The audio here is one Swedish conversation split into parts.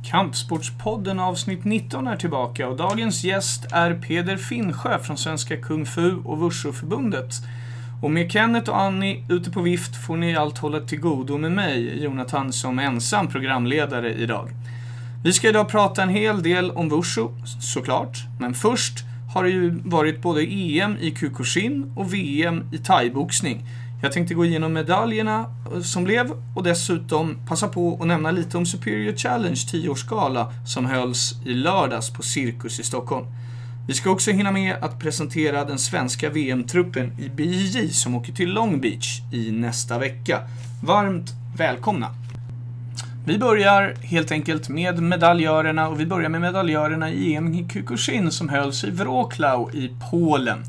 Kampsportspodden avsnitt 19 är tillbaka och dagens gäst är Peder Finnsjö från Svenska Kung Fu och Wushu-förbundet. Och med Kenneth och Annie ute på vift får ni allt hålla till godo med mig, Jonathan, som ensam programledare idag. Vi ska idag prata en hel del om Wushu, såklart, men först har det ju varit både EM i Kyokushin och VM i thaiboxning. Jag tänkte gå igenom medaljerna som blev och dessutom passa på att nämna lite om Superior Challenge 10-årsgala som hölls i lördags på Cirkus i Stockholm. Vi ska också hinna med att presentera den svenska VM-truppen i BJJ som åker till Long Beach i nästa vecka. Varmt välkomna! Vi börjar helt enkelt med medaljörerna och vi börjar med medaljörerna i EM i Kyokushin som hölls i Wrocław i Polen.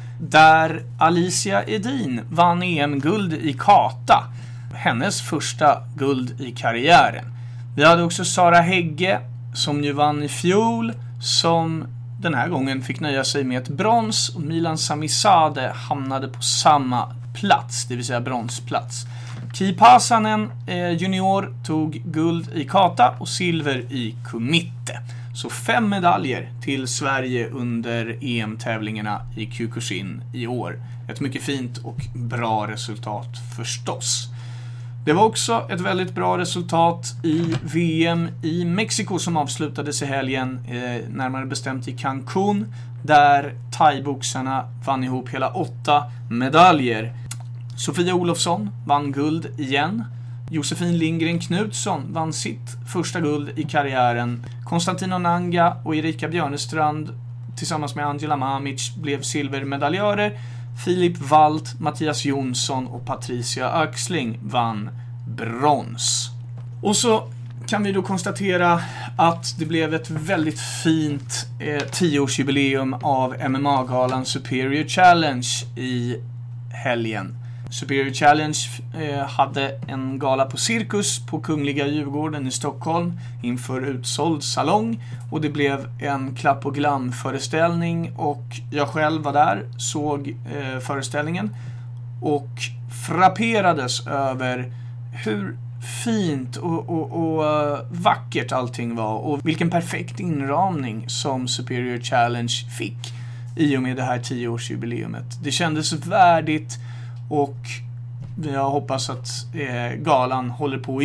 Där Alicia Edin vann EM-guld i kata. Hennes första guld i karriären. Vi hade också Sara Hägge som ju vann i fjol. Som den här gången fick nöja sig med ett brons. Och Milan Samizade hamnade på samma plats. Det vill säga bronsplats. Ki Pasanen junior tog guld i kata och silver i kumite. Så 5 medaljer till Sverige under EM-tävlingarna i Kyokushin i år. Ett mycket fint och bra resultat förstås. Det var också ett väldigt bra resultat i VM i Mexiko som avslutades i helgen, närmare bestämt i Cancún, där thaiboxarna vann ihop hela 8 medaljer. Sofia Olofsson vann guld igen. Josefin Lindgren Knutsson vann sitt första guld i karriären. Konstantino Nanga och Erika Björnestrand tillsammans med Angela Mamic blev silvermedaljörer. Filip Walt, Mattias Jonsson och Patricia Axling vann brons. Och så kan vi då konstatera att det blev ett väldigt fint 10-årsjubileum av MMA-galan Superior Challenge i helgen. Superior Challenge hade en gala på Cirkus på Kungliga Djurgården i Stockholm inför utsåld salong och det blev en klapp och glam-föreställning och jag själv var där, såg föreställningen och frapperades över hur fint och vackert allting var och vilken perfekt inramning som Superior Challenge fick i och med det här 10-årsjubileumet. Det kändes värdigt. Och jag hoppas att galan håller på i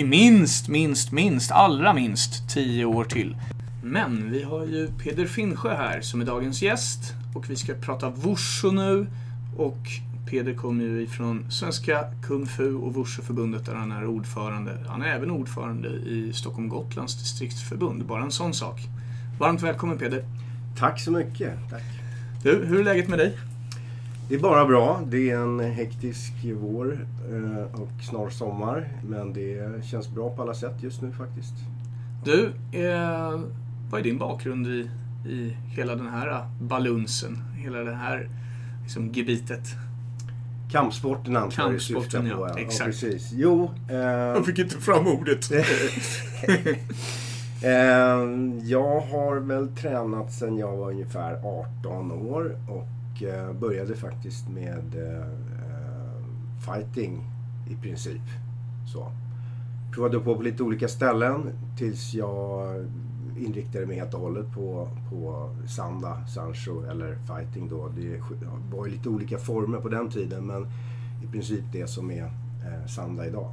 allra minst 10 år till. Men vi har ju Peder Finnsjö här som är dagens gäst. Och vi ska prata Wushu nu. Och Peder kommer ju ifrån Svenska Kung Fu och Wushu-förbundet där han är ordförande. Han är även ordförande i Stockholm-Gotlands distriktsförbund. Bara en sån sak. Varmt välkommen Peder. Tack så mycket. Tack. Du, hur är läget med dig? Det är bara bra. Det är en hektisk vår och snar sommar. Men det känns bra på alla sätt just nu faktiskt. Du, vad är din bakgrund i hela den här balunsen? Hela det här liksom, gebitet? Kampsporten antar jag syftar på. Ja, exakt. Ja, precis. Jo. Jag fick inte fram ordet. Jag har väl tränat sedan jag var ungefär 18 år och började faktiskt med fighting i princip. Så. Provade på lite olika ställen tills jag inriktade mig helt och hållet på Sanda, Sancho eller fighting då. Det var ju lite olika former på den tiden men i princip det som är Sanda idag.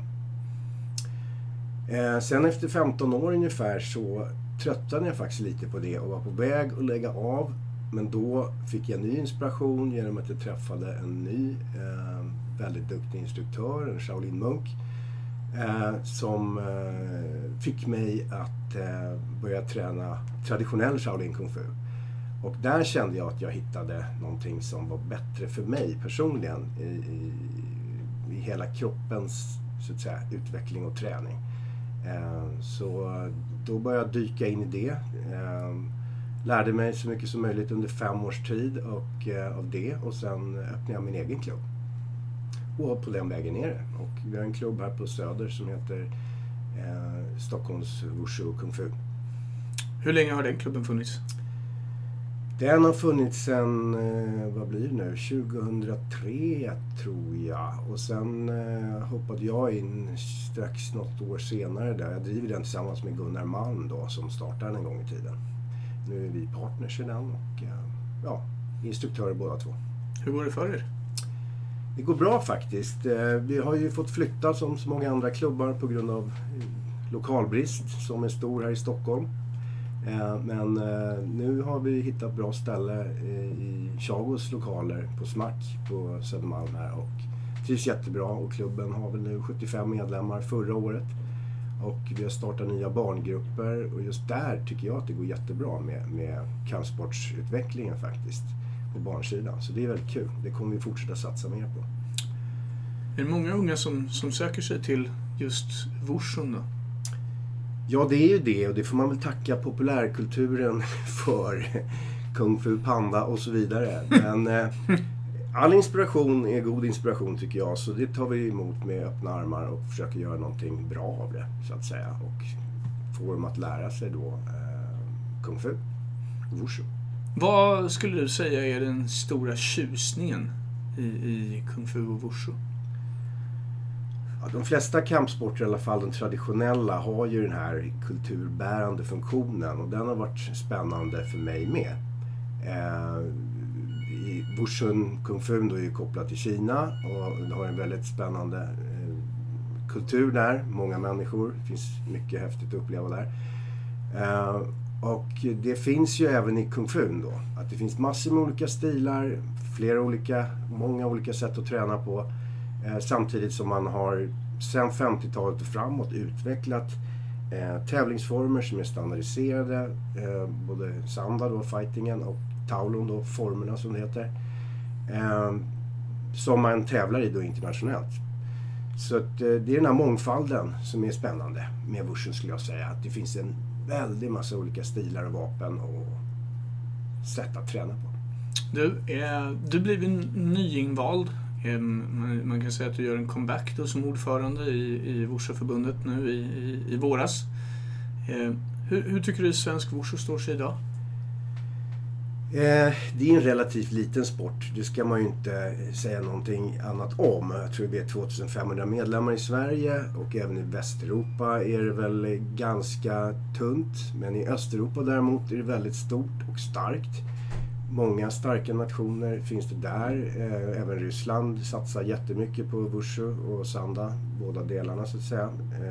Sen efter 15 år ungefär så tröttnade jag faktiskt lite på det och var på väg att lägga av. Men då fick jag ny inspiration genom att jag träffade en ny väldigt duktig instruktör, en Shaolin Munk, som fick mig att börja träna traditionell Shaolin Kung Fu. Och där kände jag att jag hittade någonting som var bättre för mig personligen i hela kroppens så att säga, utveckling och träning. Så då började jag dyka in i det. Lärde mig så mycket som möjligt under 5 års tid och av det. Och sen öppnade jag min egen klubb. Och på den vägen är det. Och vi har en klubb här på Söder som heter Stockholms Wushu Kung Fu. Hur länge har den klubben funnits? Den har funnits sedan, vad blir det nu, 2003 tror jag. Och sen hoppade jag in strax något år senare där. Jag driver den tillsammans med Gunnar Malm då, som startade den en gång i tiden. Nu är vi partners i den och instruktörer båda två. Hur går det för er? Det går bra faktiskt. Vi har ju fått flytta som så många andra klubbar på grund av lokalbrist som är stor här i Stockholm. Men nu har vi hittat bra ställe i Chagos lokaler på Smack på Södermalm här och trivs jättebra, och klubben har väl nu 75 medlemmar förra året och vi har startat nya barngrupper, och just där tycker jag att det går jättebra med kampsportsutvecklingen faktiskt på barnsidan, så det är väldigt kul. Det kommer vi fortsätta satsa mer på. Är det många unga som söker sig till just Wushun då? Ja, det är ju det, och det får man väl tacka populärkulturen för. Kung Fu Panda och så vidare. Men all inspiration är god inspiration tycker jag, så det tar vi emot med öppna armar och försöker göra någonting bra av det så att säga, och få dem att lära sig då Kung Fu och Wushu. Vad skulle du säga är den stora tjusningen i Kung Fu och Wushu? Ja, de flesta kampsporter, i alla fall de traditionella, har ju den här kulturbärande funktionen, och den har varit spännande för mig med. I Wushun, Kung Fu då är ju kopplat till Kina och det har en väldigt spännande kultur där, många människor, det finns mycket häftigt att uppleva där. Och det finns ju även i Kung Fu då, att det finns massor med olika stilar, många olika sätt att träna på. Samtidigt som man har sedan 50-talet och framåt utvecklat tävlingsformer som är standardiserade, både Sanda då, fightingen, och Taolong då, formerna som det heter, som man tävlar i då internationellt. Så att, det är den här mångfalden som är spännande med Wushu, skulle jag säga, att det finns en väldig massa olika stilar och vapen och sätt att träna på. Du blev nyinvald. Man kan säga att du gör en comeback då som ordförande i Wushu-förbundet nu i våras. Hur tycker du svensk Wushu står sig idag? Det är en relativt liten sport. Det ska man ju inte säga någonting annat om. Jag tror vi är 2500 medlemmar i Sverige, och även i Västeuropa är det väl ganska tunt. Men i Östeuropa däremot är det väldigt stort och starkt. Många starka nationer finns det där. Även Ryssland satsar jättemycket på Wushu och Sanda, båda delarna så att säga.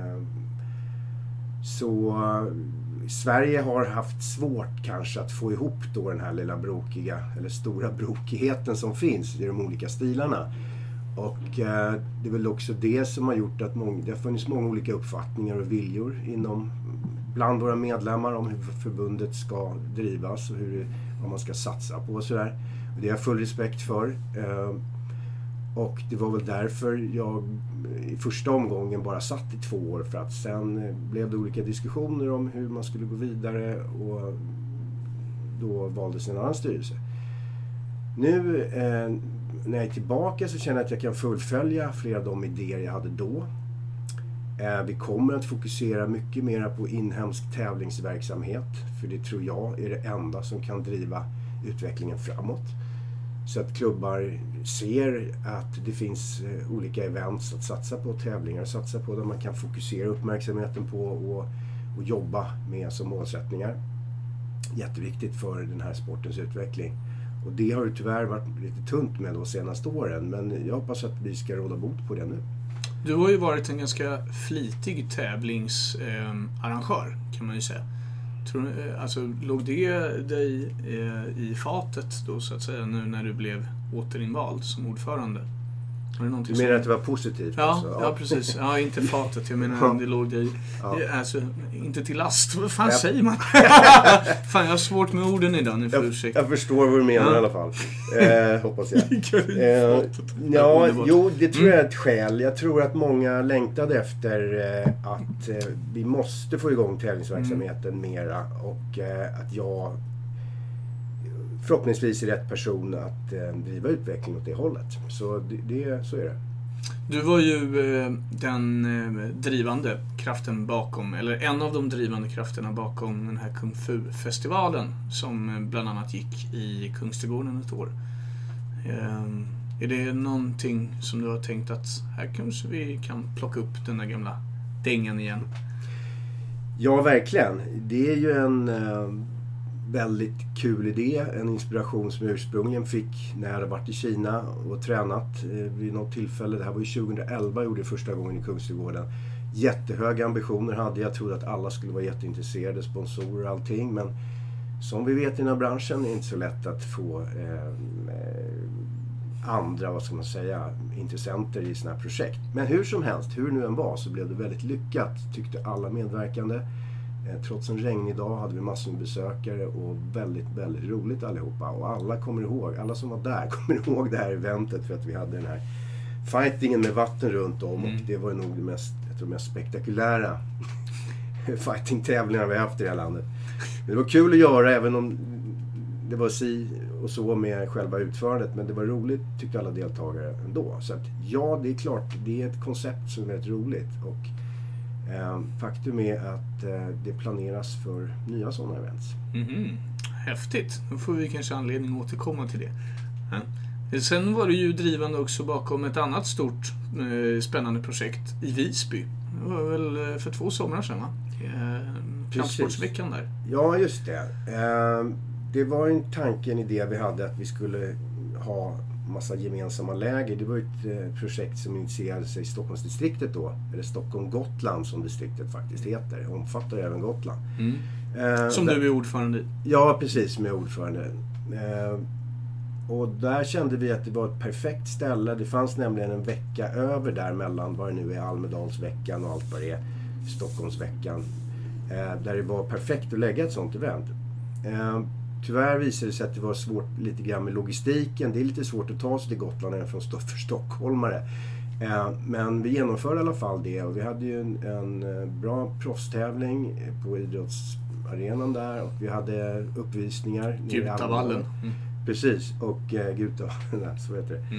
Så Sverige har haft svårt kanske att få ihop då den här lilla brokiga, eller stora brokigheten som finns i de olika stilarna. Och det är väl också det som har gjort att det har funnits många olika uppfattningar och viljor bland våra medlemmar om hur förbundet ska drivas och vad man ska satsa på och sådär. Det har jag full respekt för. Och det var väl därför jag i första omgången bara satt i 2 år, för att sen blev det olika diskussioner om hur man skulle gå vidare, och då valdes en annan styrelse. Nu när jag är tillbaka så känner jag att jag kan fullfölja flera av de idéer jag hade då. Vi kommer att fokusera mycket mer på inhemsk tävlingsverksamhet, för det tror jag är det enda som kan driva utvecklingen framåt. Så att klubbar ser att det finns olika events att satsa på, tävlingar att satsa på, där man kan fokusera uppmärksamheten på och jobba med som målsättningar. Jätteviktigt för den här sportens utveckling. Och det har ju tyvärr varit lite tunt med de senaste åren, men jag hoppas att vi ska råda bot på det nu. Du har ju varit en ganska flitig tävlingsarrangör, kan man ju säga. Låg det dig i fatet då, så att säga, nu när du blev återinvald som ordförande? Var det du menar att det var positivt? Ja, alltså? Ja, precis. Ja, inte fatet. Jag menar om det låg dig inte till last. Vad fan säger man? Fan, jag har svårt med orden idag. Nu får ursäkta. Jag förstår vad du menar i alla fall. Hoppas jag. Det tror jag är ett skäl. Jag tror att många längtade efter att vi måste få igång tävlingsverksamheten mera, och att jag förhoppningsvis är rätt person att driva utveckling åt det hållet. Så så är det. Du var ju den drivande kraften bakom, eller en av de drivande krafterna bakom den här Kung Fu-festivalen som bland annat gick i Kungsträdgården ett år. Är det någonting som du har tänkt att här kanske vi kan plocka upp den där gamla dängen igen? Ja, verkligen. Det är ju en väldigt kul idé. En inspiration som jag ursprungligen fick när jag hade varit i Kina och tränat vid något tillfälle. Det här var ju 2011 jag gjorde det första gången i Kungsträdgården. Jättehöga ambitioner hade jag. Trodde att alla skulle vara jätteintresserade, sponsorer och allting. Men som vi vet i den här branschen är det inte så lätt att få andra, vad ska man säga, intressenter i såna här projekt. Men hur som helst, hur nu än var, så blev det väldigt lyckat, tyckte alla medverkande. Trots en regnig dag hade vi massor med besökare och väldigt, väldigt roligt allihopa. Och alla kommer ihåg, alla som var där kommer ihåg det här eventet för att vi hade den här fightingen med vatten runt om. Och det var nog det mest spektakulära fighting-tävlingar vi har haft i det här landet. Men det var kul att göra, även om det var si och så med själva utförandet, men det var roligt tyckte alla deltagare ändå. Så att ja, det är klart, det är ett koncept som är väldigt roligt, och faktum är att det planeras för nya sådana events. Häftigt, då får vi kanske anledning att återkomma till det. Sen var du ju drivande också bakom ett annat stort spännande projekt i Visby. Det var väl för 2 somrar sedan, va? Kampsportsveckan där. Ja, just det. Det var en idé vi hade att vi skulle ha massa gemensamma läger. Det var ett projekt som initierade sig i Stockholmsdistriktet då. Eller Stockholm-Gotland som distriktet faktiskt heter. Det omfattar även Gotland. Som du är ordförande i. Ja, precis, som jag är ordförande. Och där kände vi att det var ett perfekt ställe. Det fanns nämligen en vecka över där mellan vad det nu är, Almedalsveckan och allt vad det är, Stockholmsveckan. Där det var perfekt att lägga ett sånt event. Tyvärr visade det sig att det var svårt lite grann med logistiken. Det är lite svårt att ta sig till Gotland även för stockholmare. Men vi genomförde i alla fall det, och vi hade ju en bra proffstävling på idrottsarenan där, och vi hade uppvisningar. Gutavallen. Precis, och Gutavallen, så heter det.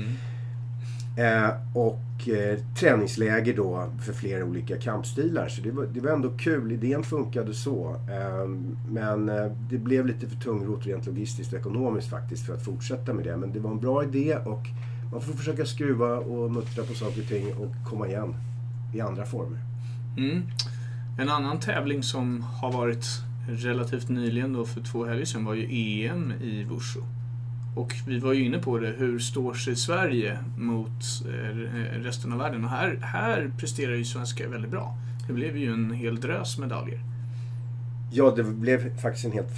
Och träningsläger då för flera olika kampstilar. Så det var ändå kul, idén funkade så. Men det blev lite för tungrot rent logistiskt och ekonomiskt faktiskt för att fortsätta med det. Men det var en bra idé, och man får försöka skruva och muttra på saker och ting och komma igen i andra former. En annan tävling som har varit relativt nyligen då, för 2 helger sedan, var ju EM i Wushu. Och vi var ju inne på det, hur står sig Sverige mot resten av världen? Och här presterar ju svenskar väldigt bra. Det blev ju en hel drös medaljer. Ja, det blev faktiskt en helt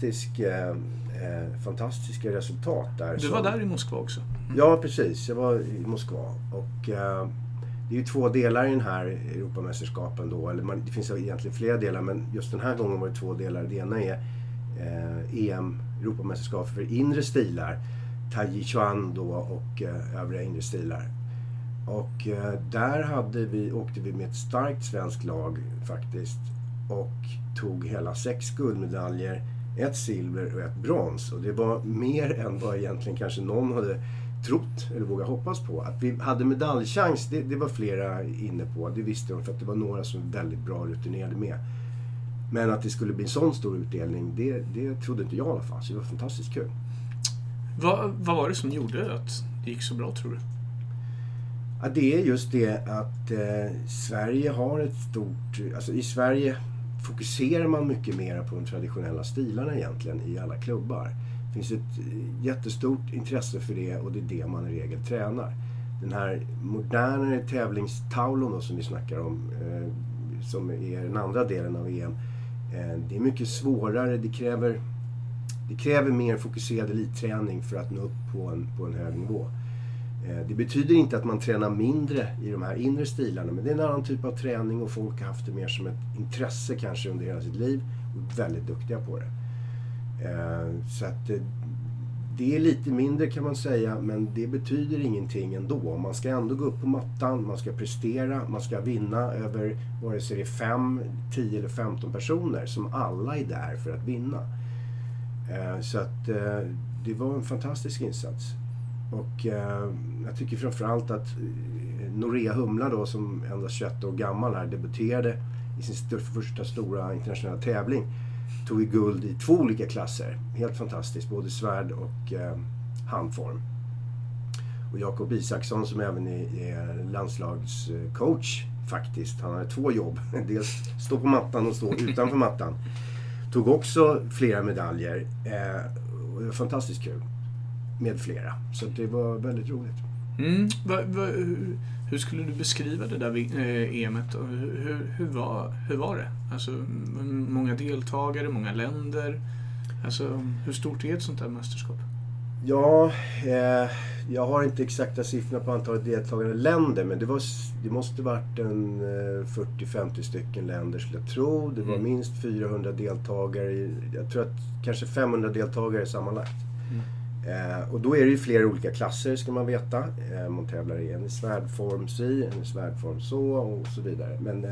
fantastiska resultat där. Du var där i Moskva också. Ja, precis. Jag var i Moskva. Och det är ju 2 delar i den här Europamästerskapen då. Eller det finns egentligen flera delar, men just den här gången var det 2 delar. Det ena är EM, Europamästerskap för inre stilar, Tai Chuan då, och övriga inre stilar. Och där åkte vi med ett starkt svenskt lag faktiskt, och tog hela 6 guldmedaljer, 1 silver och 1 brons. Och det var mer än vad egentligen kanske någon hade trott eller vågat hoppas på. Att vi hade medaljchans, det var flera inne på. Det visste de, för att det var några som var väldigt bra rutinerade med. Men att det skulle bli en sån stor utdelning, det trodde inte jag i alla fall. Så det var fantastiskt kul. Vad var det som gjorde att det gick så bra, tror du? Ja, det är just det att Sverige har ett stort... Alltså i Sverige fokuserar man mycket mer på de traditionella stilarna egentligen i alla klubbar. Det finns ett jättestort intresse för det, och det är det man i regel tränar. Den här modernare tävlingstavlon då, som vi snackar om, som är den andra delen av EM, det är mycket svårare. Det kräver mer fokuserad elitträning för att nå upp på en hög nivå. Det betyder inte att man tränar mindre i de här inre stilarna, men det är en annan typ av träning, och folk har haft det mer som ett intresse kanske under hela sitt liv, och är väldigt duktiga på det. Så att det är lite mindre kan man säga, men det betyder ingenting ändå. Man ska ändå gå upp på mattan, man ska prestera, man ska vinna över vare sig det är 5, 10 eller 15 personer som alla är där för att vinna. Så att det var en fantastisk insats. Och jag tycker framförallt att Norea Humla då, som endast 21 år gammal här, debuterade i sin första stora internationella tävling. Tog ju guld i 2 olika klasser. Helt fantastiskt, både svärd och handform. Och Jakob Isaksson, som även är landslagscoach faktiskt. Han har 2 jobb. Dels stå på mattan och stå utanför mattan. Tog också flera medaljer. Och det var fantastiskt kul. Med flera. Så det var väldigt roligt. Hur skulle du beskriva det där EM:et? Hur var det? Alltså, många deltagare, många länder. Alltså, hur stort är ett sånt här mästerskap? Ja, jag har inte exakta siffrorna på antalet deltagande länder, men det måste varit en 40-50 stycken länder skulle jag tro. Det var minst 400 deltagare. Jag tror att kanske 500 deltagare sammanlagt. Och då är det ju flera olika klasser, ska man veta. Man tävlar i en svärdform si, en svärdform så och så vidare. Men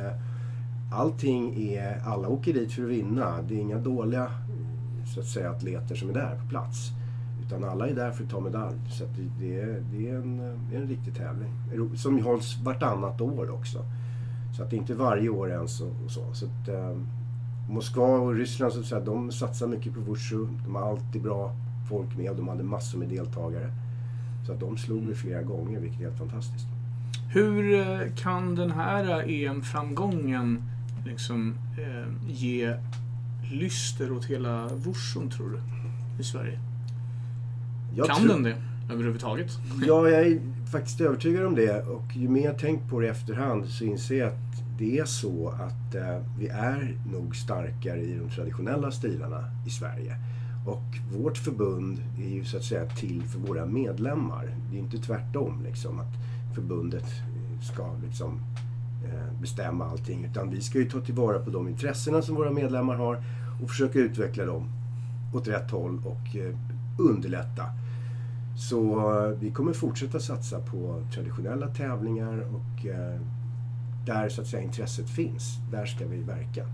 alla åker dit för att vinna. Det är inga dåliga, så att säga, atleter som är där på plats. Utan alla är där för att ta medalj. Så att det är en riktig tävling. Som hålls vartannat år också. Så att det är inte varje år ens och så. Så att Moskva och Ryssland, så att säga, de satsar mycket på Wushu. De har alltid bra folk med och de hade massor med deltagare. Så att de slog det flera gånger, vilket är helt fantastiskt. Hur kan den här EM-framgången liksom ge lyster åt hela Wushun, tror du, i Sverige? Kan den det överhuvudtaget? Ja, jag är faktiskt övertygad om det. Och ju mer jag tänkt på det i efterhand så inser jag att det är så att vi är nog starkare i de traditionella stilarna i Sverige. Och vårt förbund är ju så att säga till för våra medlemmar. Det är inte tvärtom liksom, att förbundet ska liksom bestämma allting. Utan vi ska ju ta tillvara på de intressena som våra medlemmar har och försöka utveckla dem åt rätt håll och underlätta. Så vi kommer fortsätta satsa på traditionella tävlingar och där så att säga intresset finns, där ska vi verka.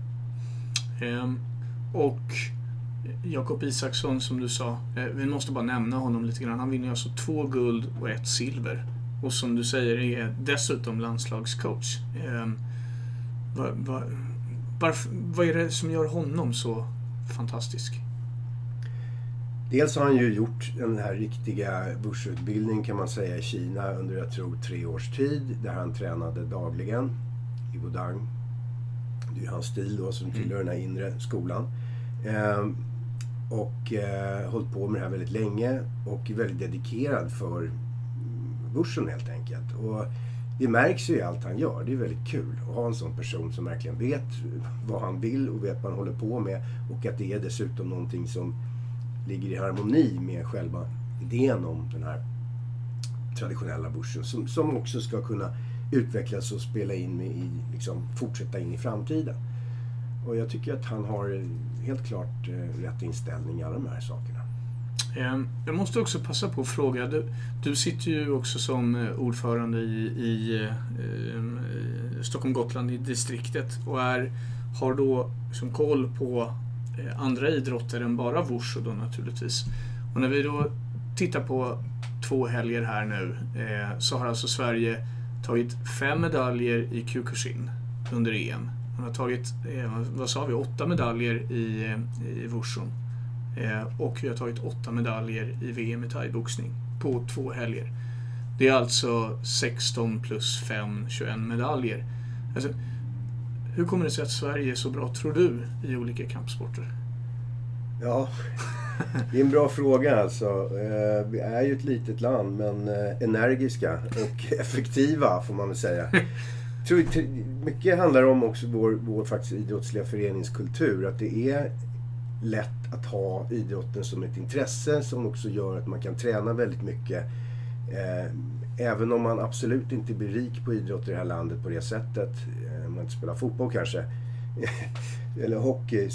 Och Jakob Isaksson, som du sa, vi måste bara nämna honom lite grann. Han vinner alltså 2 guld och 1 silver. Och som du säger är dessutom landslagscoach. Vad är det som gör honom så fantastisk? Dels har han ju gjort den här riktiga Wushu-utbildning, kan man säga, i Kina under, jag tror, 3 års tid. Där han tränade dagligen i Wudang. Det är ju hans stil då, som tillhör den här inre skolan. Och hållit på med det här väldigt länge och är väldigt dedikerad för Wushun helt enkelt. Och det märks ju i allt han gör. Det är väldigt kul att ha en sån person som verkligen vet vad han vill och vet vad han håller på med. Och att det är dessutom någonting som ligger i harmoni med själva idén om den här traditionella Wushun. Som också ska kunna utvecklas och spela in med i, liksom, fortsätta in i framtiden. Och jag tycker att han har helt klart rätt inställning i alla de här sakerna. Jag måste också passa på att fråga. Du sitter ju också som ordförande i Stockholm-Gotland i distriktet och har då liksom koll på andra idrotter än bara Wushu då naturligtvis. Och när vi då tittar på 2 helger här nu så har alltså Sverige tagit 5 medaljer i Kyokushin under EM. Man har tagit, 8 medaljer i Wushun. Och vi har tagit 8 medaljer i VM i thaiboxning på 2 helger. Det är alltså 16 plus 5, 21 medaljer. Alltså, hur kommer det sig att Sverige är så bra, tror du, i olika kampsporter? Ja, det är en bra fråga alltså. Vi är ju ett litet land, men energiska och effektiva får man väl säga. Mycket handlar om också vår faktiskt idrottsliga föreningskultur. Att det är lätt att ha idrotten som ett intresse som också gör att man kan träna väldigt mycket. Även om man absolut inte blir rik på idrott i det här landet på det sättet. Om man inte spelar fotboll kanske. Eller hockey.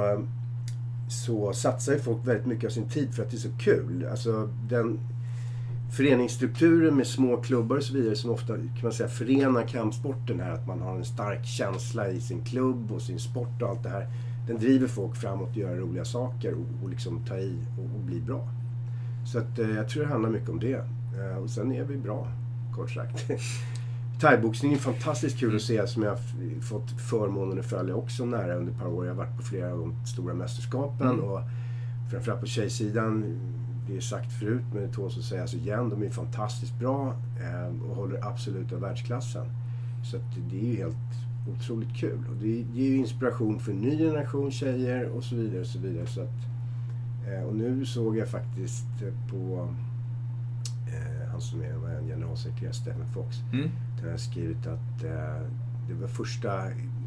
Så satsar ju folk väldigt mycket av sin tid för att det är så kul. Alltså den föreningsstrukturen med små klubbar och så vidare som ofta, kan man säga, förenar kampsporten här. Att man har en stark känsla i sin klubb och sin sport och allt det här. Den driver folk framåt att göra roliga saker och liksom ta i och bli bra. Så att jag tror det handlar mycket om det. Och sen är vi bra, kort sagt. Thaiboxning är fantastiskt kul att se, som jag har fått förmånen att följa också nära under ett par år. Jag har varit på flera av de stora mästerskapen och framförallt på tjejsidan, det är sagt förut men det tåls att sägas igen, de är fantastiskt bra och håller absoluta världsklassen. Så att det är ju helt otroligt kul. Och det ger ju inspiration för en ny generation tjejer och så vidare och så vidare. Så att, och nu såg jag faktiskt på han som är en generalsekreterare, Stephen Fox, där har skrivit att det var första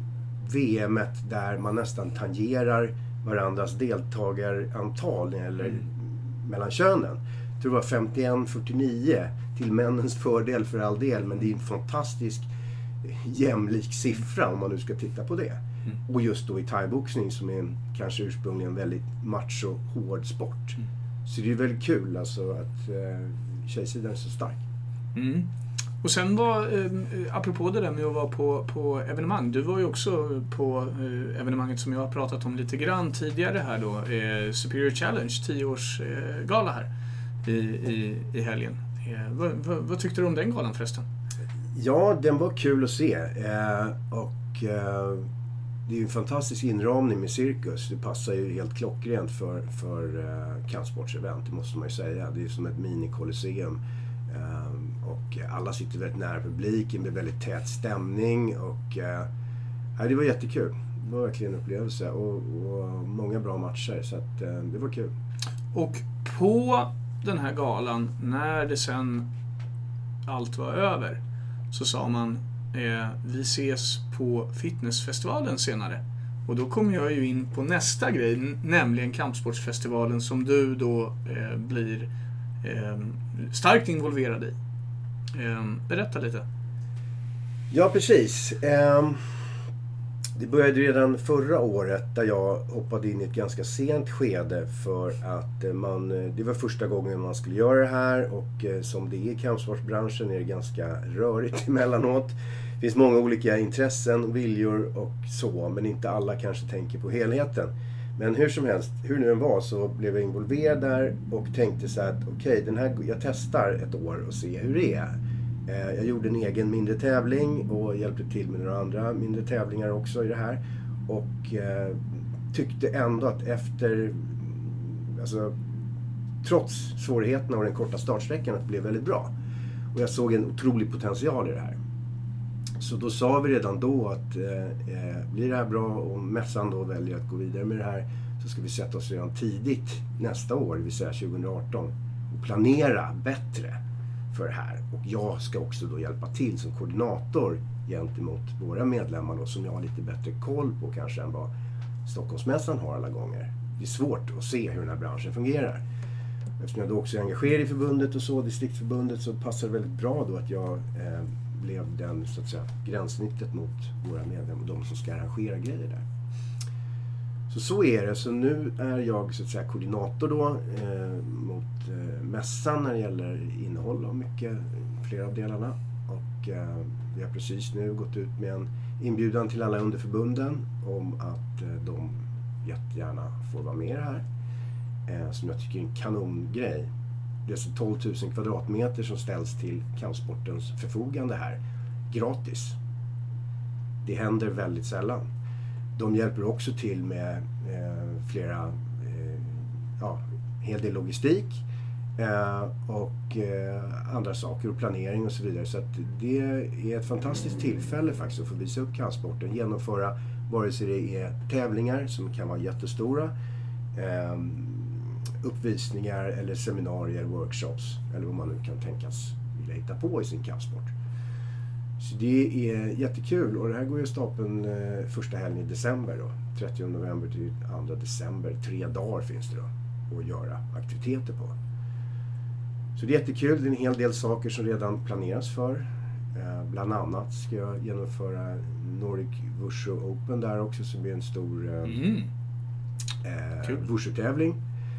VM:et där man nästan tangerar varandras deltagarantal eller mellan könen. Jag tror det var 51-49 till männens fördel för all del, men det är en fantastisk jämlik siffra om man nu ska titta på det. Och just då i thaiboxning som är kanske ursprungligen väldigt macho hård sport. Så det är väldigt kul alltså att tjejsidan är så stark. Och sen var, apropå det där med att vara på evenemang, du var ju också på evenemanget som jag har pratat om lite grann tidigare här då, Superior Challenge, 10-årsgala här i helgen. Vad tyckte du om den galan förresten? Ja, den var kul att se och det är ju en fantastisk inramning med cirkus. Det passar ju helt klockrent för kampsportsevent, det måste man ju säga. Det är som ett mini-kolosseum. Och alla sitter väldigt nära publiken, det blir väldigt tät stämning och det var jättekul. Det var verkligen en upplevelse och många bra matcher, så att det var kul. Och på den här galan, när det sen allt var över, så sa man vi ses på fitnessfestivalen senare. Och då kom jag ju in på nästa grej, nämligen kampsportsfestivalen som du då blir starkt involverad i. Berätta lite. Ja, precis. Det började redan förra året där jag hoppade in i ett ganska sent skede för att det var första gången man skulle göra det här och som det är i kampsportsbranschen är det ganska rörigt emellanåt. Det finns många olika intressen, viljor och så, men inte alla kanske tänker på helheten. Men hur som helst, hur nu än var, så blev jag involverad där och tänkte så att jag testar ett år och ser hur det är. Jag gjorde en egen mindre tävling och hjälpte till med några andra mindre tävlingar också i det här. Och tyckte ändå att trots svårigheterna och den korta startsträckan, att det blev väldigt bra. Och jag såg en otrolig potential i det här. Så då sa vi redan då att blir det här bra och mässan då väljer att gå vidare med det här, så ska vi sätta oss redan tidigt nästa år, det vill säga 2018, och planera bättre för det här. Och jag ska också då hjälpa till som koordinator gentemot våra medlemmar då, som jag har lite bättre koll på kanske än vad Stockholmsmässan har alla gånger. Det är svårt att se hur den här branschen fungerar. Eftersom jag då också är engagerad i förbundet och så, distriktförbundet, så passar det väldigt bra då att jag blev den, så att säga, gränssnittet mot våra medlemmar och de som ska arrangera grejer där. Så är det. Så nu är jag, så att säga, koordinator då mot mässan när det gäller innehåll av flera av delarna. Och vi har precis nu gått ut med en inbjudan till alla underförbunden om att de jättegärna får vara med här. Som jag tycker är en kanongrej. Det är så 12 000 kvadratmeter som ställs till kampsportens förfogande här. Gratis. Det händer väldigt sällan. De hjälper också till med flera, hel del logistik och andra saker och planering och så vidare. Så att det är ett fantastiskt tillfälle faktiskt att få visa upp kampsporten. Genomföra vare sig det är tävlingar som kan vara jättestora, uppvisningar eller seminarier, workshops eller vad man nu kan tänkas vilja hitta på i sin kampsport. Så det är jättekul och det här går ju stapeln första helgen i december då. 30 november till 2 december. 3 dagar finns det då att göra aktiviteter på. Så det är jättekul. Det är en hel del saker som redan planeras för. Bland annat ska jag genomföra Nordic Wushu Open där också, som blir en stor Wushu-tävling.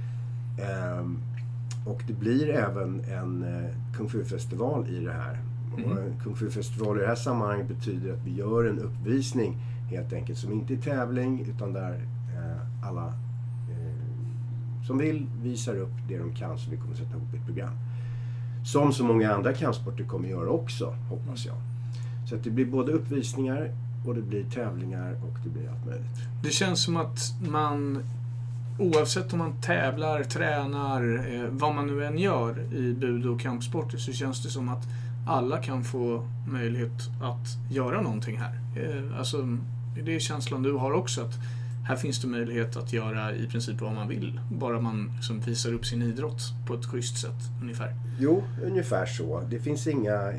Och det blir även en Kung Fu-festival i det här. Och en Kung Fu-festival i det här sammanhanget betyder att vi gör en uppvisning helt enkelt som inte är tävling, utan där alla som vill visar upp det de kan, så vi kommer sätta ihop ett program. Som så många andra kampsporter kommer göra också, hoppas jag. Så att det blir både uppvisningar och det blir tävlingar och det blir allt möjligt. Det känns som att man, oavsett om man tävlar, tränar, vad man nu än gör i bud- och kampsporter, så känns det som att alla kan få möjlighet att göra någonting här. Alltså, det är känslan du har också, att här finns det möjlighet att göra i princip vad man vill. Bara man liksom visar upp sin idrott på ett schysst sätt, ungefär. Jo, ungefär så. Det finns inga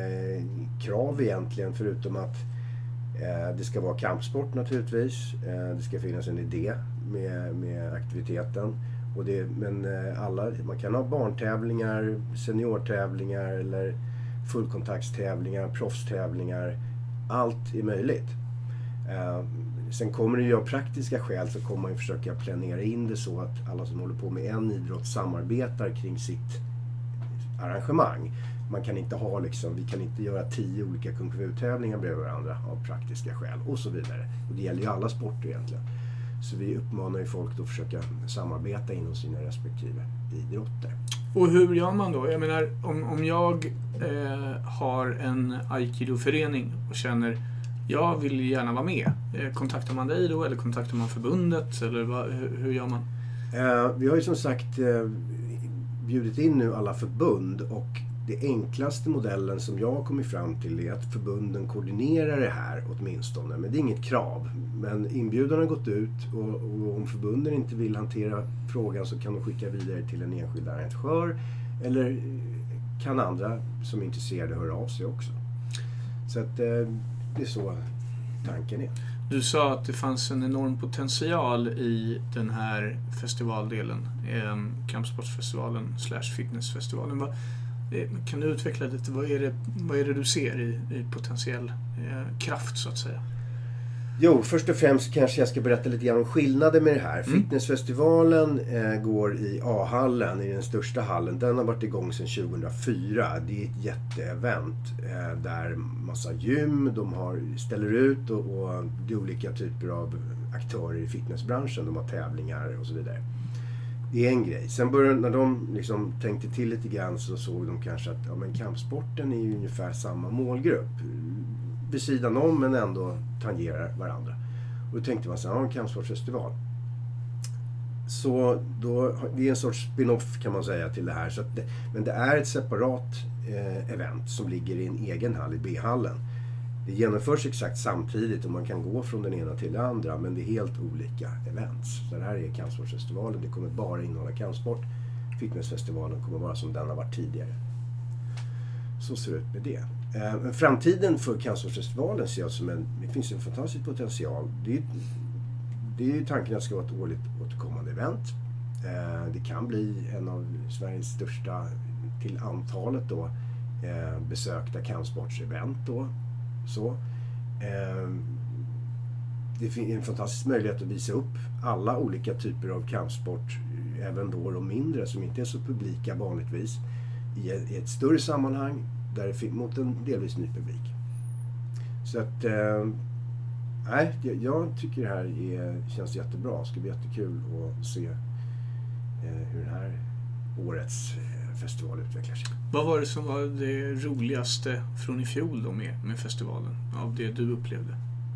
krav egentligen, förutom att det ska vara kampsport naturligtvis. Det ska finnas en idé med aktiviteten. Men man kan ha barntävlingar, seniortävlingar eller fullkontaktstävlingar, proffstävlingar. Allt är möjligt. Sen kommer det ju av praktiska skäl, så kommer man ju försöka planera in det så att alla som håller på med en idrott samarbetar kring sitt arrangemang. Man kan inte vi kan inte göra 10 olika kung fu-tävlingar bredvid varandra av praktiska skäl och så vidare. Och det gäller ju alla sporter egentligen. Så vi uppmanar ju folk att försöka samarbeta inom sina respektive idrotter. Och hur gör man då? Jag menar, om jag har en aikido-förening och känner jag vill gärna vara med. Kontaktar man dig då, eller kontaktar man förbundet, eller hur gör man? Vi har ju som sagt bjudit in nu alla förbund, och det enklaste modellen som jag har kommit fram till är att förbunden koordinerar det här åtminstone. Men det är inget krav. Men inbjudan har gått ut, och om förbunden inte vill hantera frågan så kan de skicka vidare till en enskild arrangör, eller kan andra som är intresserade höra av sig också. Så att det är så tanken är. Du sa att det fanns en enorm potential i den här festivaldelen, kampsportsfestivalen / fitnessfestivalen. Kan du utveckla lite, vad är det du ser i potentiell kraft så att säga? Jo, först och främst kanske jag ska berätta lite grann om skillnader med det här. Fitnessfestivalen går i A-hallen, i den största hallen. Den har varit igång sedan 2004. Det är ett jätteevent där massa gym, ställer ut och det är olika typer av aktörer i fitnessbranschen. De har tävlingar och så vidare. Det är en grej. Sen när de liksom tänkte till lite grann, så såg de kanske att kampsporten är ju ungefär samma målgrupp. Vid sidan om, men ändå tangerar varandra. Och då tänkte man så här, en kampsportsfestival. Så det är en sorts spin-off kan man säga till det här. Men det är ett separat event som ligger i en egen hall, i B-hallen. Det genomförs exakt samtidigt och man kan gå från den ena till den andra, men det är helt olika events. Så det här är kampsportsfestivalen, det kommer bara innehålla kampsport. Fitnessfestivalen kommer vara som den har varit tidigare. Så ser det ut med det. Framtiden för kampsportsfestivalen ser jag som det finns en fantastisk potential. Det är ju tanken att det ska vara ett årligt återkommande event. Det kan bli en av Sveriges största till antalet då besökta kampsportsevent då. Så. Det finns en fantastisk möjlighet att visa upp alla olika typer av kampsport, även då de mindre som inte är så publika vanligtvis, i ett större sammanhang där mot en delvis ny publik. Så att jag tycker det här känns jättebra. Det ska bli jättekul att se hur det här årets festival utvecklar sig. Vad var det som var det roligaste från i fjol då med festivalen, av det du upplevde?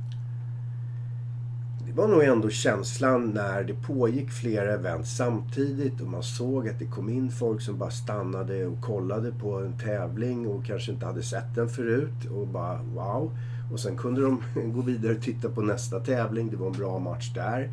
Det var nog ändå känslan när det pågick flera event samtidigt och man såg att det kom in folk som bara stannade och kollade på en tävling och kanske inte hade sett den förut och bara wow. Och sen kunde de gå vidare och titta på nästa tävling. Det var en bra match där.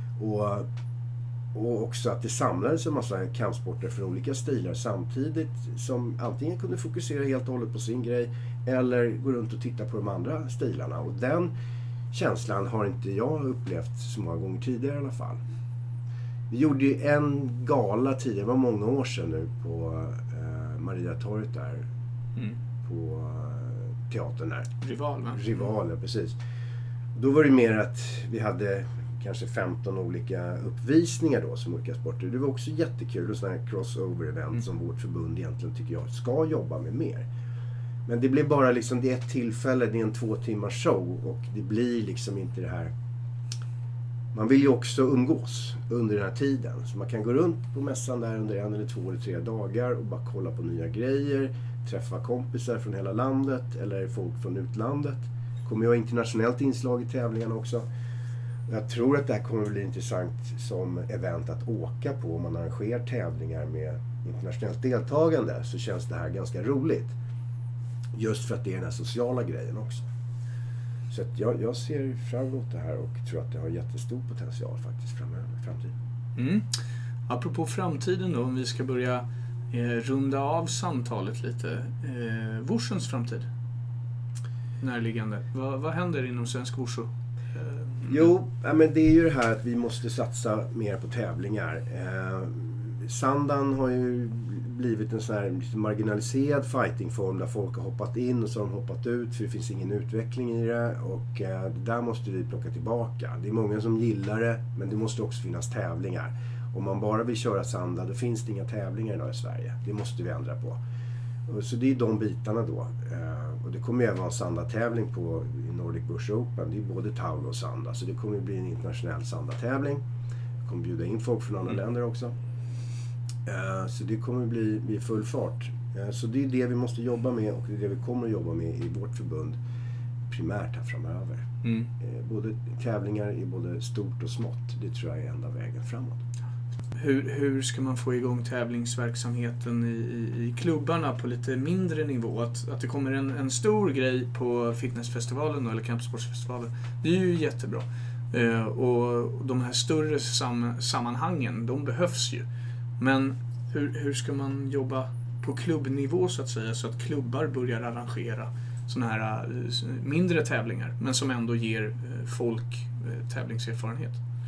Och också att det samlades en massa kampsporter från olika stilar samtidigt, som antingen kunde fokusera helt och hållet på sin grej eller gå runt och titta på de andra stilarna. Och den känslan har inte jag upplevt så många gånger tidigare i alla fall. Vi gjorde ju en gala tidigare, det var många år sedan nu, på Mariatorget där. På teatern där. Rival, ja, precis. Då var det mer att vi hade kanske 15 olika uppvisningar då som olika sporter. Det var också jättekul och sådana här crossover-event som vårt förbund egentligen tycker jag ska jobba med mer. Men det blir bara liksom, det är ett tillfälle, det är en 2 timmars show och det blir liksom inte det här man vill ju också umgås under den här tiden. Så man kan gå runt på mässan där under 1 eller 2 eller 3 dagar och bara kolla på nya grejer. Träffa kompisar från hela landet eller folk från utlandet. Kommer ju ha internationellt inslag i tävlingarna också. Jag tror att det här kommer att bli intressant som event att åka på. Om man arrangerar tävlingar med internationellt deltagande så känns det här ganska roligt. Just för att det är den här sociala grejen också. Så att jag ser fram emot det här och tror att det har jättestor potential faktiskt framtiden. Mm. Apropå framtiden då, om vi ska börja runda av samtalet lite. Wushens framtid? Närliggande. Vad händer inom svensk wushu? Jo, men det är ju det här att vi måste satsa mer på tävlingar. Sandan har ju blivit en sån här marginaliserad fightingform där folk har hoppat in och så har de hoppat ut för det finns ingen utveckling i det och det där måste vi plocka tillbaka. Det är många som gillar det men det måste också finnas tävlingar. Om man bara vill köra sanda då finns det inga tävlingar idag i Sverige. Det måste vi ändra på. Så det är de bitarna då. Och det kommer ju även vara en sandatävling på Nordic Bush Open. Det är både tavla och sanda. Så det kommer bli en internationell sandatävling. Vi kommer bjuda in folk från andra länder också. Så det kommer bli full fart. Så det är det vi måste jobba med och det är det vi kommer att jobba med i vårt förbund primärt här framöver. Både tävlingar i både stort och smått. Det tror jag är enda vägen framåt. Hur ska man få igång tävlingsverksamheten i klubbarna på lite mindre nivå? Att det kommer en stor grej på fitnessfestivalen eller kampsportsfestivalen, det är ju jättebra. Och de här större sammanhangen, de behövs ju. Men hur ska man jobba på klubbnivå så att säga, så att klubbar börjar arrangera såna här mindre tävlingar, men som ändå ger folk tävlingserfarenhet?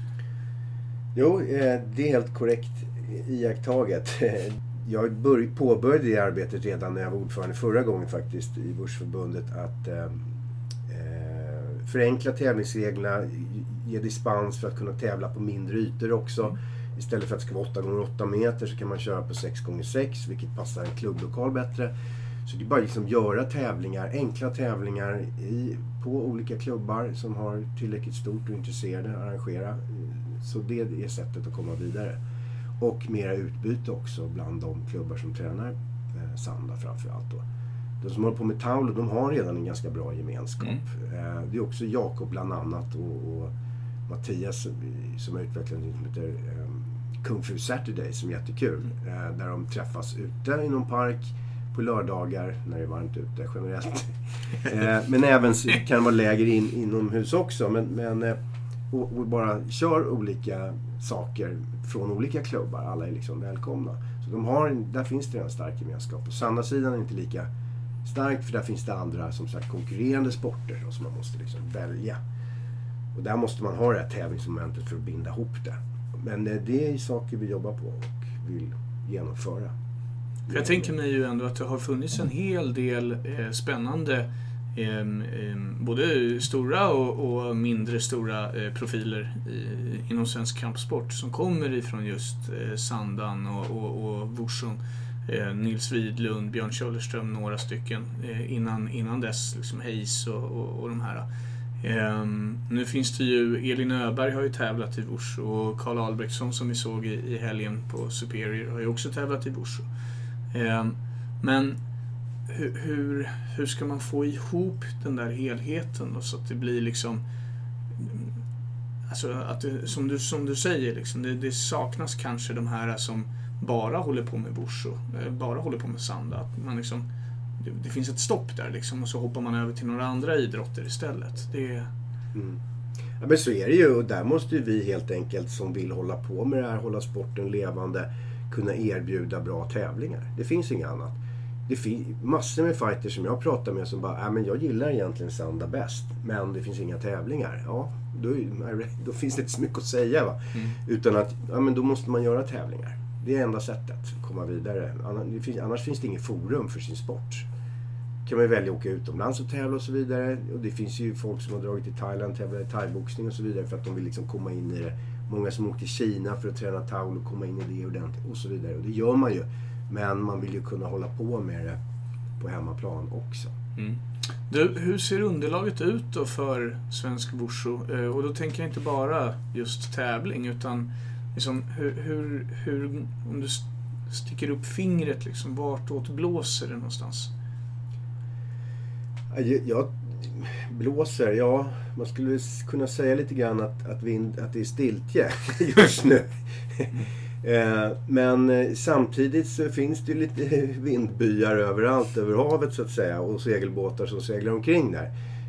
Jo, det är helt korrekt iakttaget. Jag påbörjade det arbetet redan när jag var ordförande förra gången faktiskt i Wushförbundet att förenkla tävlingsreglerna, ge dispens för att kunna tävla på mindre ytor också. Istället för att det ska vara 8x8 meter så kan man köra på 6x6 vilket passar en klubblokal bättre. Så det är bara liksom göra tävlingar, enkla tävlingar på olika klubbar som har tillräckligt stort och intresserade arrangera. Så det är sättet att komma vidare. Och mera utbyte också bland de klubbar som tränar sanda framförallt då. De som håller på med tavla, de har redan en ganska bra gemenskap. Det är också Jakob bland annat och Mattias som har utvecklat något som heter Kung Fu Saturday som är jättekul. Där de träffas ute i någon park på lördagar när det är varmt ute generellt. Men även kan det vara läger inomhus också. Men och bara kör olika saker från olika klubbar. Alla är liksom välkomna. Så där finns det en stark gemenskap. På Sanda-sidan är inte lika starkt för där finns det andra som sagt konkurrerande sporter som man måste liksom välja. Och där måste man ha det här tävlingsmomentet för att binda ihop det. Men det är saker vi jobbar på och vill genomföra. Jag tänker mig ju ändå att det har funnits en hel del spännande både stora och mindre stora profiler inom svensk kampsport som kommer ifrån just sandan och wushun. Nils Widlund, Björn Köllerström, några stycken innan dess liksom Hayes och de här. Nu finns det ju, Elin Öberg har ju tävlat i wushu och Karl Albrektsson som vi såg i helgen på Superior har ju också tävlat i wushu. Men hur ska man få ihop den där helheten då, så att det blir liksom alltså att det, som du säger liksom, det saknas kanske de här som bara håller på med wushu, bara håller på med sanda, att man liksom det finns ett stopp där liksom, och så hoppar man över till några andra idrotter istället. Ja, men så är det ju, och där måste vi helt enkelt som vill hålla på med det här, hålla sporten levande, kunna erbjuda bra tävlingar. Det finns inget annat. Det finns massor med fighters som jag pratar med som bara, men jag gillar egentligen sanda bäst, men det finns inga tävlingar. Ja, då finns det inte så mycket att säga va. Utan att, men då måste man göra tävlingar. Det är enda sättet att komma vidare. Annars finns det inget forum för sin sport. Kan man välja att åka utomlands och tävla och så vidare. Och det finns ju folk som har dragit till Thailand, tävlar i thaiboxning och så vidare för att de vill liksom komma in i det. Många som åker till Kina för att träna taul och komma in i det ordentligt och så vidare. Och det gör man ju. Men man vill ju kunna hålla på med det på hemmaplan också. Mm. Du, hur ser underlaget ut då för Svensk Wushu? Och då tänker jag inte bara just tävling, utan liksom hur om du sticker upp fingret, liksom, vartåt blåser det någonstans? Jag blåser, ja, man skulle kunna säga lite grann att det är stiltje just nu. Men samtidigt så finns det lite vindbyar överallt över havet så att säga, och segelbåtar som seglar omkring där.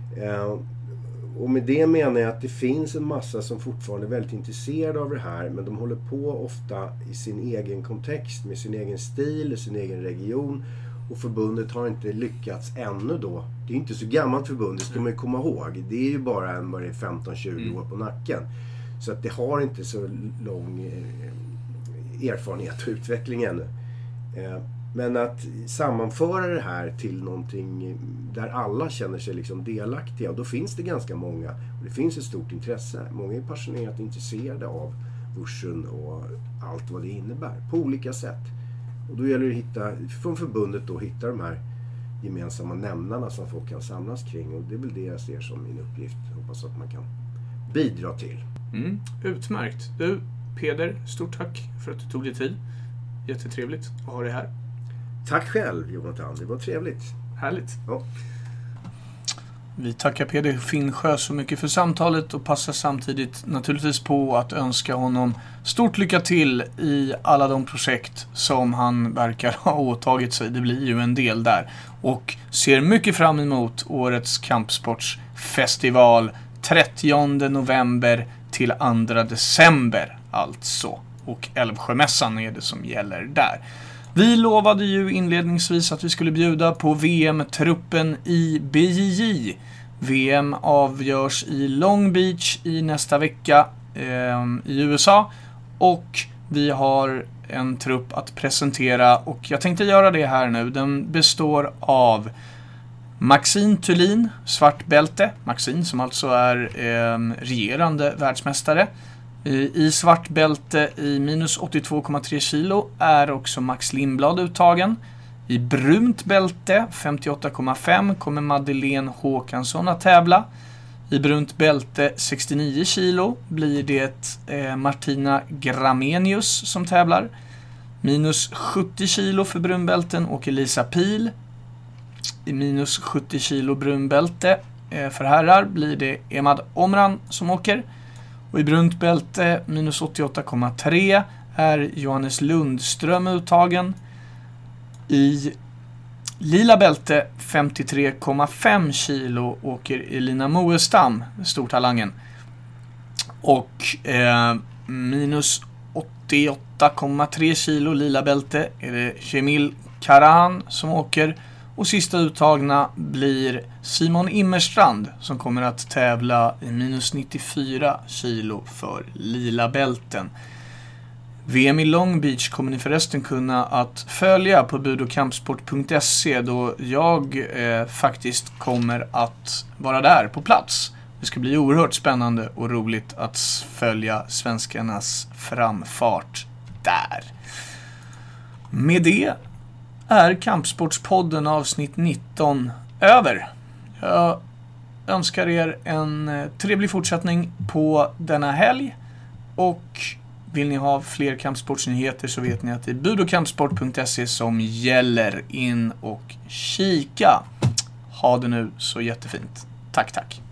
Och med det menar jag att det finns en massa som fortfarande är väldigt intresserade av det här, men de håller på ofta i sin egen kontext, med sin egen stil, sin egen region, och förbundet har inte lyckats ännu då. Det är inte så gammalt förbund, det ska man ju komma ihåg. Det är ju bara 15-20 år på nacken. Så att det har inte så lång erfarenhet och utveckling ännu. Men att sammanföra det här till någonting där alla känner sig liksom delaktiga, och då finns det ganska många, och det finns ett stort intresse. Många är passionerat intresserade av Wushun och allt vad det innebär på olika sätt. Och då gäller det från förbundet då hitta de här gemensamma nämnarna som folk kan samlas kring, och det är väl det jag ser som min uppgift. Hoppas att man kan bidra till. Utmärkt. Du, Peder, stort tack för att du tog dig tid. Jättetrevligt att ha dig här. Tack själv, Jonathan. Det var trevligt. Härligt. Ja. Vi tackar Peder Finnsjö så mycket för samtalet och passar samtidigt naturligtvis på att önska honom stort lycka till i alla de projekt som han verkar ha åtagit sig. Det blir ju en del där. Och ser mycket fram emot årets kampsportsfestival 30 november till 2 december alltså. Och Älvsjömässan är det som gäller där. Vi lovade ju inledningsvis att vi skulle bjuda på VM-truppen i BJJ. VM avgörs i Long Beach i nästa vecka i USA. Och vi har en trupp att presentera, och jag tänkte göra det här nu. Den består av Maxine Thulin, svart bälte. Maxine som alltså är regerande världsmästare. I svart bälte i minus 82,3 kilo är också Max Lindblad uttagen. I brunt bälte 58,5 kommer Madeleine Håkansson att tävla. I brunt bälte 69 kilo blir det Martina Gramenius som tävlar. Minus 70 kilo för brunbälten åker Lisa Pil. I minus 70 kilo brunbälte för herrar blir det Emad Omran som åker. Och i brunt bälte minus 88,3 är Johannes Lundström uttagen. I lila bälte 53,5 kilo åker Elina Moestam, stortalangen. Och minus 88,3 kilo lila bälte är det Jamil Karahan som åker. Och sista uttagna blir Simon Immerstrand som kommer att tävla i minus 94 kilo för lila bälten. VM i Long Beach kommer ni förresten kunna att följa på budokampsport.se, då jag faktiskt kommer att vara där på plats. Det ska bli oerhört spännande och roligt att följa svenskarnas framfart där. Med det är Kampsportspodden avsnitt 19 över. Jag önskar er en trevlig fortsättning på denna helg, och vill ni ha fler kampsportsnyheter så vet ni att det är budokampsport.se som gäller. In och kika. Ha det nu så jättefint. Tack.